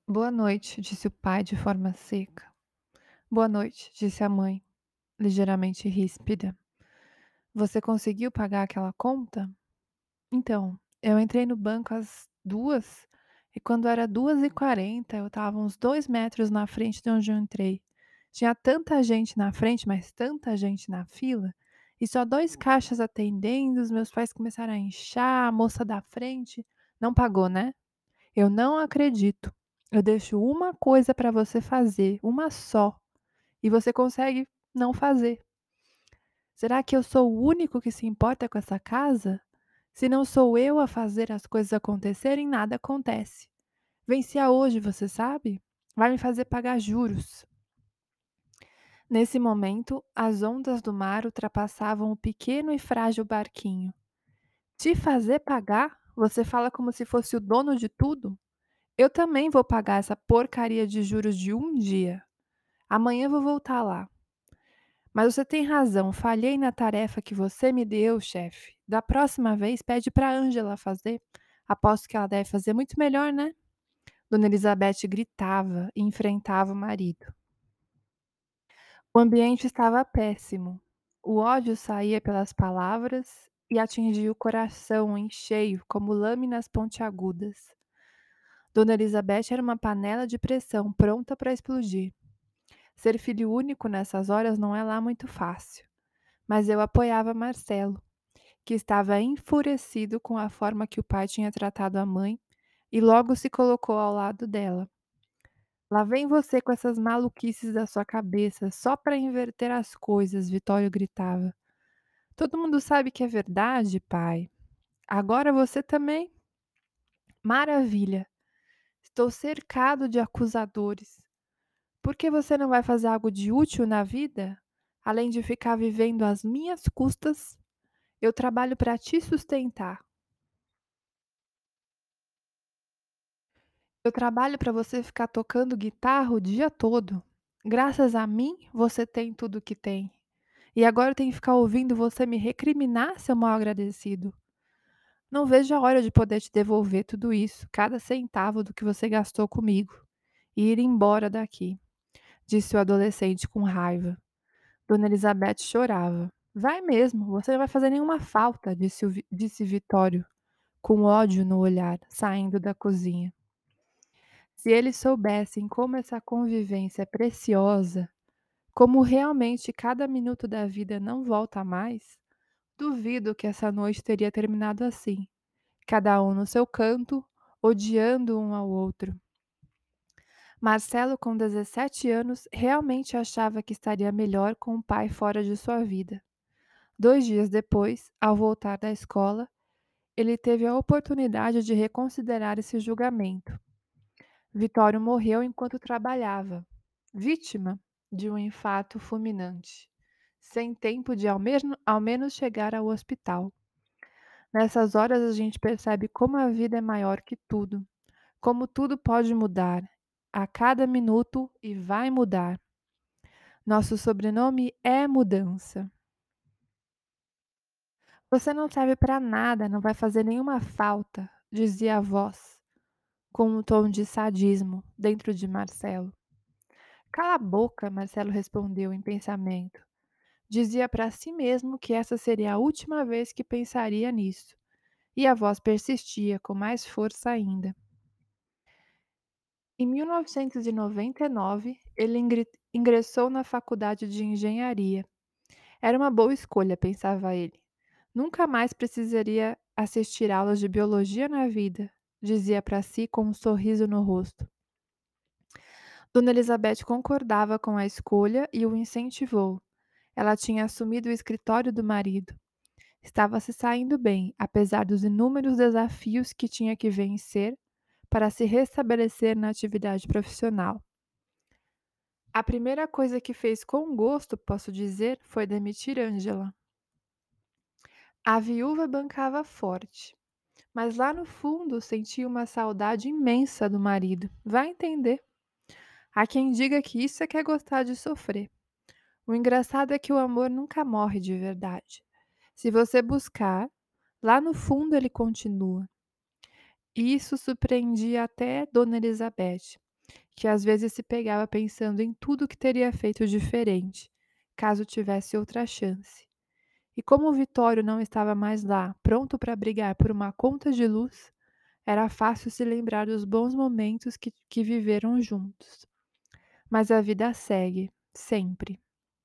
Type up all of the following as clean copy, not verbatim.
Boa noite, disse o pai de forma seca. Boa noite, disse a mãe, ligeiramente ríspida. Você conseguiu pagar aquela conta? Então, eu entrei no banco às 2 e quando era 2h40 eu estava uns 2 metros na frente de onde eu entrei. Tinha tanta gente na frente, mas tanta gente na fila, e só dois caixas atendendo, os meus pais começaram a inchar, a moça da frente não pagou, né? Eu não acredito. Eu deixo uma coisa para você fazer, uma só, e você consegue não fazer. Será que eu sou o único que se importa com essa casa? Se não sou eu a fazer as coisas acontecerem, nada acontece. Venci-a hoje, você sabe? Vai me fazer pagar juros. Nesse momento, as ondas do mar ultrapassavam o pequeno e frágil barquinho. Te fazer pagar? Você fala como se fosse o dono de tudo? Eu também vou pagar essa porcaria de juros de um dia. Amanhã eu vou voltar lá. Mas você tem razão, falhei na tarefa que você me deu, chefe. Da próxima vez, pede para Ângela fazer. Aposto que ela deve fazer muito melhor, né? Dona Elizabeth gritava e enfrentava o marido. O ambiente estava péssimo. O ódio saía pelas palavras e atingia o coração em cheio, como lâminas pontiagudas. Dona Elizabeth era uma panela de pressão pronta para explodir. Ser filho único nessas horas não é lá muito fácil. Mas eu apoiava Marcelo, que estava enfurecido com a forma que o pai tinha tratado a mãe, e logo se colocou ao lado dela. Lá vem você com essas maluquices da sua cabeça, só para inverter as coisas, Vitório gritava. Todo mundo sabe que é verdade, pai. Agora você também? Maravilha! Estou cercado de acusadores. Por que você não vai fazer algo de útil na vida? Além de ficar vivendo às minhas custas, eu trabalho para te sustentar. Eu trabalho para você ficar tocando guitarra o dia todo. Graças a mim, você tem tudo o que tem. E agora eu tenho que ficar ouvindo você me recriminar, seu mal agradecido. Não vejo a hora de poder te devolver tudo isso, cada centavo do que você gastou comigo, e ir embora daqui, disse o adolescente com raiva. Dona Elizabeth chorava. Vai mesmo, você não vai fazer nenhuma falta, disse Vitório, com ódio no olhar, saindo da cozinha. Se eles soubessem como essa convivência é preciosa, como realmente cada minuto da vida não volta mais, duvido que essa noite teria terminado assim, cada um no seu canto, odiando um ao outro. Marcelo, com 17 anos, realmente achava que estaria melhor com o pai fora de sua vida. 2 dias depois, ao voltar da escola, ele teve a oportunidade de reconsiderar esse julgamento. Vitório morreu enquanto trabalhava, vítima de um infarto fulminante, sem tempo de ao menos chegar ao hospital. Nessas horas a gente percebe como a vida é maior que tudo, como tudo pode mudar a cada minuto e vai mudar. Nosso sobrenome é mudança. Você não serve para nada, não vai fazer nenhuma falta, dizia a voz, com um tom de sadismo dentro de Marcelo. Cala a boca, Marcelo respondeu em pensamento. Dizia para si mesmo que essa seria a última vez que pensaria nisso, e a voz persistia com mais força ainda. Em 1999, ele ingressou na faculdade de engenharia. Era uma boa escolha, pensava ele. Nunca mais precisaria assistir aulas de biologia na vida, dizia para si com um sorriso no rosto. Dona Elizabeth concordava com a escolha e o incentivou. Ela tinha assumido o escritório do marido. Estava se saindo bem, apesar dos inúmeros desafios que tinha que vencer para se restabelecer na atividade profissional. A primeira coisa que fez com gosto, posso dizer, foi demitir Angela. A viúva bancava forte, mas lá no fundo sentia uma saudade imensa do marido. Vai entender. Há quem diga que isso é que é gostar de sofrer. O engraçado é que o amor nunca morre de verdade. Se você buscar, lá no fundo ele continua. E isso surpreendia até Dona Elizabeth. que às vezes se pegava pensando em tudo que teria feito diferente, caso tivesse outra chance. E como o Vitório não estava mais lá, pronto para brigar por uma conta de luz, era fácil se lembrar dos bons momentos que viveram juntos. Mas a vida segue, sempre.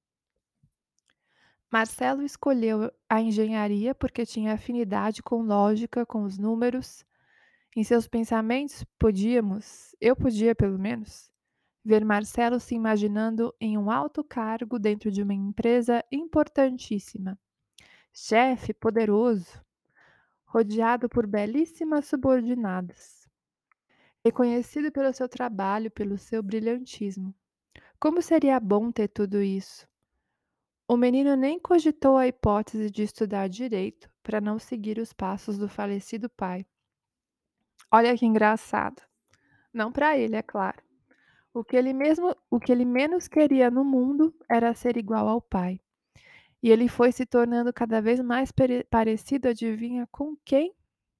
Marcelo escolheu a engenharia porque tinha afinidade com lógica, com os números. Em seus pensamentos, eu podia pelo menos, ver Marcelo se imaginando em um alto cargo dentro de uma empresa importantíssima, chefe poderoso, rodeado por belíssimas subordinadas, reconhecido pelo seu trabalho, pelo seu brilhantismo. Como seria bom ter tudo isso? O menino nem cogitou a hipótese de estudar direito para não seguir os passos do falecido pai. Olha que engraçado. Não para ele, é claro. O que ele menos queria no mundo era ser igual ao pai. E ele foi se tornando cada vez mais parecido, adivinha com quem?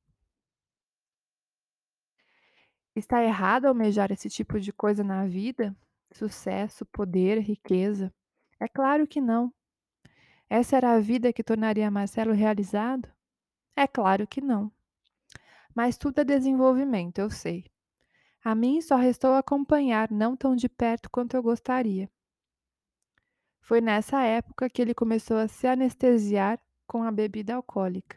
Está errado almejar esse tipo de coisa na vida? Sucesso, poder, riqueza? É claro que não. Essa era a vida que tornaria Marcelo realizado? É claro que não. Mas tudo é desenvolvimento, eu sei. A mim só restou acompanhar, não tão de perto quanto eu gostaria. Foi nessa época que ele começou a se anestesiar com a bebida alcoólica.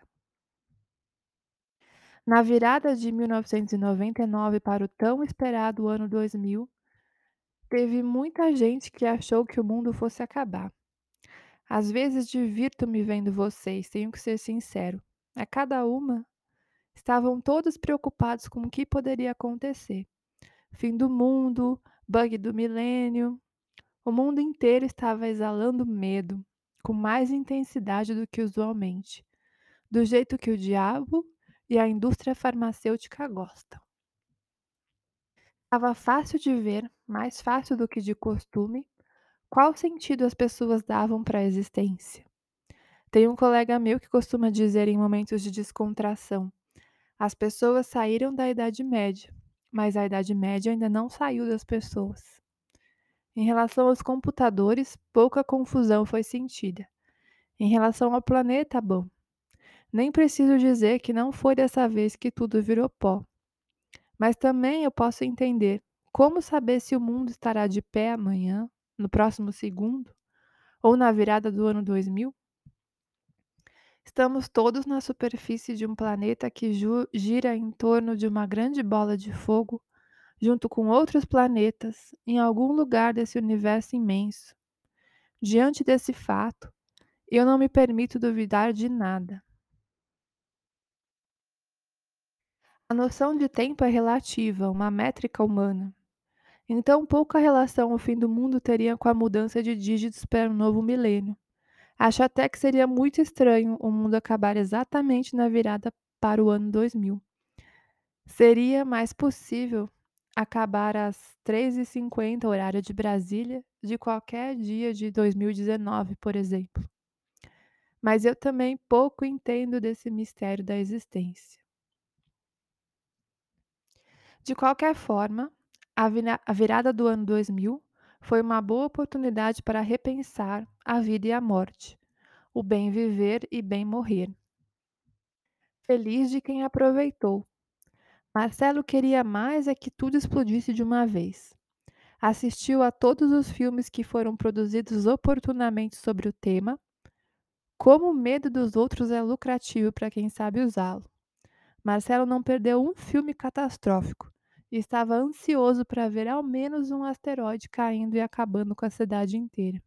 Na virada de 1999 para o tão esperado ano 2000, teve muita gente que achou que o mundo fosse acabar. Às vezes divirto-me vendo vocês, tenho que ser sincero. A cada uma, estavam todos preocupados com o que poderia acontecer. Fim do mundo, bug do milênio. O mundo inteiro estava exalando medo, com mais intensidade do que usualmente, do jeito que o diabo e a indústria farmacêutica gostam. Estava fácil de ver, mais fácil do que de costume, qual sentido as pessoas davam para a existência. Tem um colega meu que costuma dizer em momentos de descontração: as pessoas saíram da Idade Média, mas a Idade Média ainda não saiu das pessoas. Em relação aos computadores, pouca confusão foi sentida. Em relação ao planeta, bom, nem preciso dizer que não foi dessa vez que tudo virou pó. Mas também eu posso entender como saber se o mundo estará de pé amanhã, no próximo segundo, ou na virada do ano 2000? Estamos todos na superfície de um planeta que gira em torno de uma grande bola de fogo, junto com outros planetas, em algum lugar desse universo imenso. Diante desse fato, eu não me permito duvidar de nada. A noção de tempo é relativa, uma métrica humana. Então, pouca relação o fim do mundo teria com a mudança de dígitos para um novo milênio. Acho até que seria muito estranho o mundo acabar exatamente na virada para o ano 2000. Seria mais possível acabar às 3h50, horário de Brasília, de qualquer dia de 2019, por exemplo. Mas eu também pouco entendo desse mistério da existência. De qualquer forma, a virada do ano 2000 foi uma boa oportunidade para repensar a vida e a morte, o bem viver e bem morrer. Feliz de quem aproveitou. Marcelo queria mais é que tudo explodisse de uma vez. Assistiu a todos os filmes que foram produzidos oportunamente sobre o tema. Como o medo dos outros é lucrativo para quem sabe usá-lo. Marcelo não perdeu um filme catastrófico e estava ansioso para ver ao menos um asteroide caindo e acabando com a cidade inteira.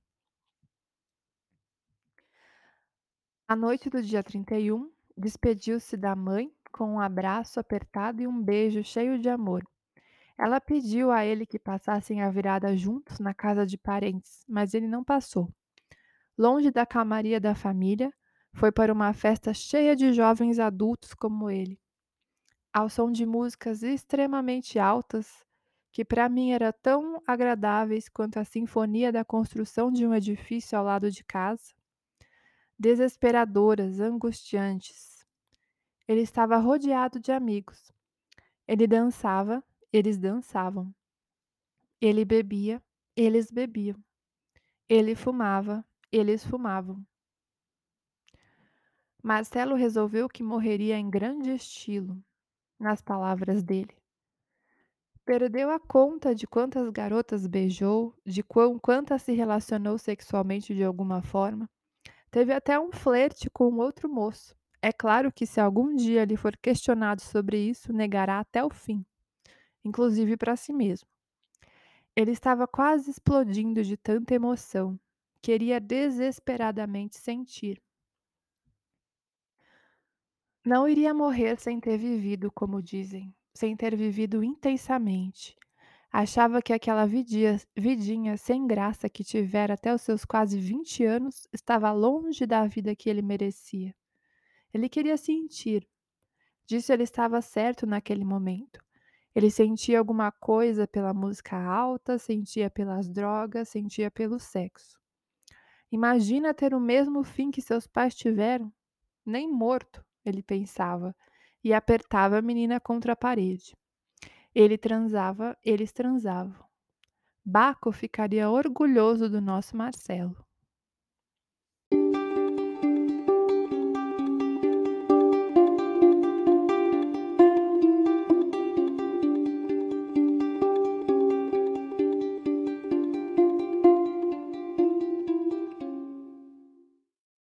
À noite do dia 31, despediu-se da mãe com um abraço apertado e um beijo cheio de amor. Ela pediu a ele que passassem a virada juntos na casa de parentes, mas ele não passou. Longe da calmaria da família, foi para uma festa cheia de jovens adultos como ele, ao som de músicas extremamente altas, que para mim eram tão agradáveis quanto a sinfonia da construção de um edifício ao lado de casa, desesperadoras, angustiantes. Ele estava rodeado de amigos. Ele dançava, eles dançavam. Ele bebia, eles bebiam. Ele fumava, eles fumavam. Marcelo resolveu que morreria em grande estilo, nas palavras dele. Perdeu a conta de quantas garotas beijou, de quantas se relacionou sexualmente de alguma forma. Teve até um flerte com outro moço. É claro que se algum dia ele for questionado sobre isso, negará até o fim, inclusive para si mesmo. Ele estava quase explodindo de tanta emoção. Queria desesperadamente sentir. Não iria morrer sem ter vivido, como dizem, sem ter vivido intensamente. Achava que aquela vidinha sem graça que tivera até os seus quase 20 anos estava longe da vida que ele merecia. Ele queria sentir. Disso ele estava certo naquele momento. Ele sentia alguma coisa pela música alta, sentia pelas drogas, sentia pelo sexo. Imagina ter o mesmo fim que seus pais tiveram? Nem morto, ele pensava, e apertava a menina contra a parede. Ele transava, eles transavam. Baco ficaria orgulhoso do nosso Marcelo.